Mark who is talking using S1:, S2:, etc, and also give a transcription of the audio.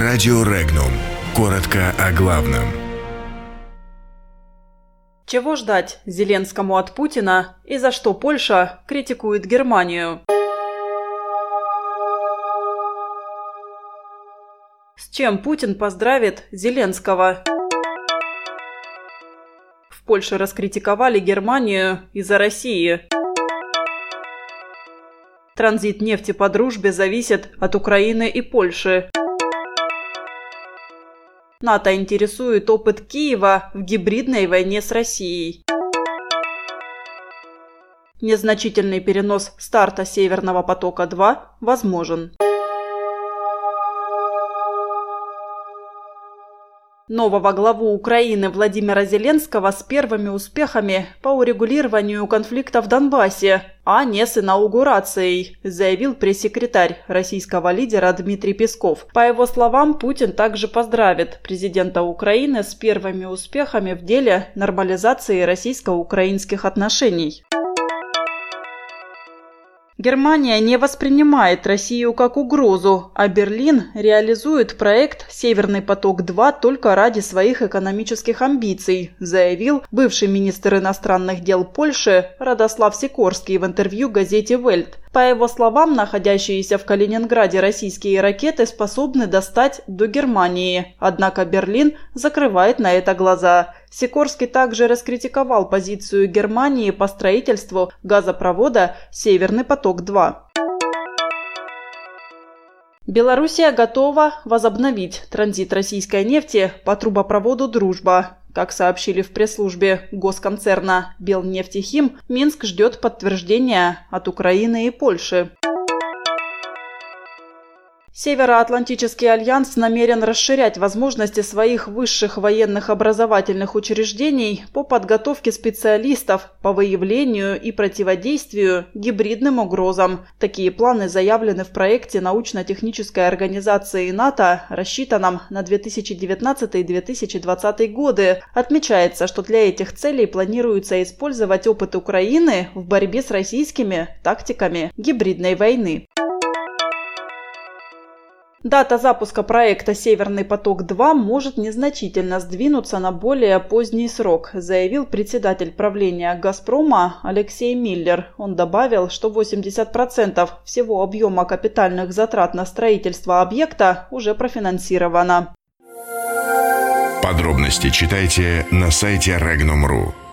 S1: Радио Регнум. Коротко о главном.
S2: Чего ждать Зеленскому от Путина и за что Польша критикует Германию? С чем Путин поздравит Зеленского? В Польше раскритиковали Германию из-за России. Транзит нефти по дружбе зависит от Украины и Польши. НАТО интересует опыт Киева в гибридной войне с Россией. Незначительный перенос старта Северного потока-2 возможен. Нового главу Украины Владимира Зеленского с первыми успехами по урегулированию конфликта в Донбассе, а не с инаугурацией, заявил пресс-секретарь российского лидера Дмитрий Песков. По его словам, Путин также поздравит президента Украины с первыми успехами в деле нормализации российско-украинских отношений. Германия не воспринимает Россию как угрозу, а Берлин реализует проект «Северный поток-2» только ради своих экономических амбиций, заявил бывший министр иностранных дел Польши Радослав Сикорский в интервью газете «Вельт». По его словам, находящиеся в Калининграде российские ракеты способны достать до Германии, однако Берлин закрывает на это глаза. Сикорский также раскритиковал позицию Германии по строительству газопровода «Северный поток-2». Белоруссия готова возобновить транзит российской нефти по трубопроводу «Дружба». Как сообщили в пресс-службе госконцерна «Белнефтехим», Минск ждет подтверждения от Украины и Польши. Североатлантический альянс намерен расширять возможности своих высших военных образовательных учреждений по подготовке специалистов по выявлению и противодействию гибридным угрозам. Такие планы заявлены в проекте научно-технической организации НАТО, рассчитанном на 2019-2020 годы. Отмечается, что для этих целей планируется использовать опыт Украины в борьбе с российскими тактиками гибридной войны. Дата запуска проекта «Северный поток-2» может незначительно сдвинуться на более поздний срок, заявил председатель правления «Газпрома» Алексей Миллер. Он добавил, что 80% всего объема капитальных затрат на строительство объекта уже профинансировано.
S1: Подробности читайте на сайте Regnum.ru.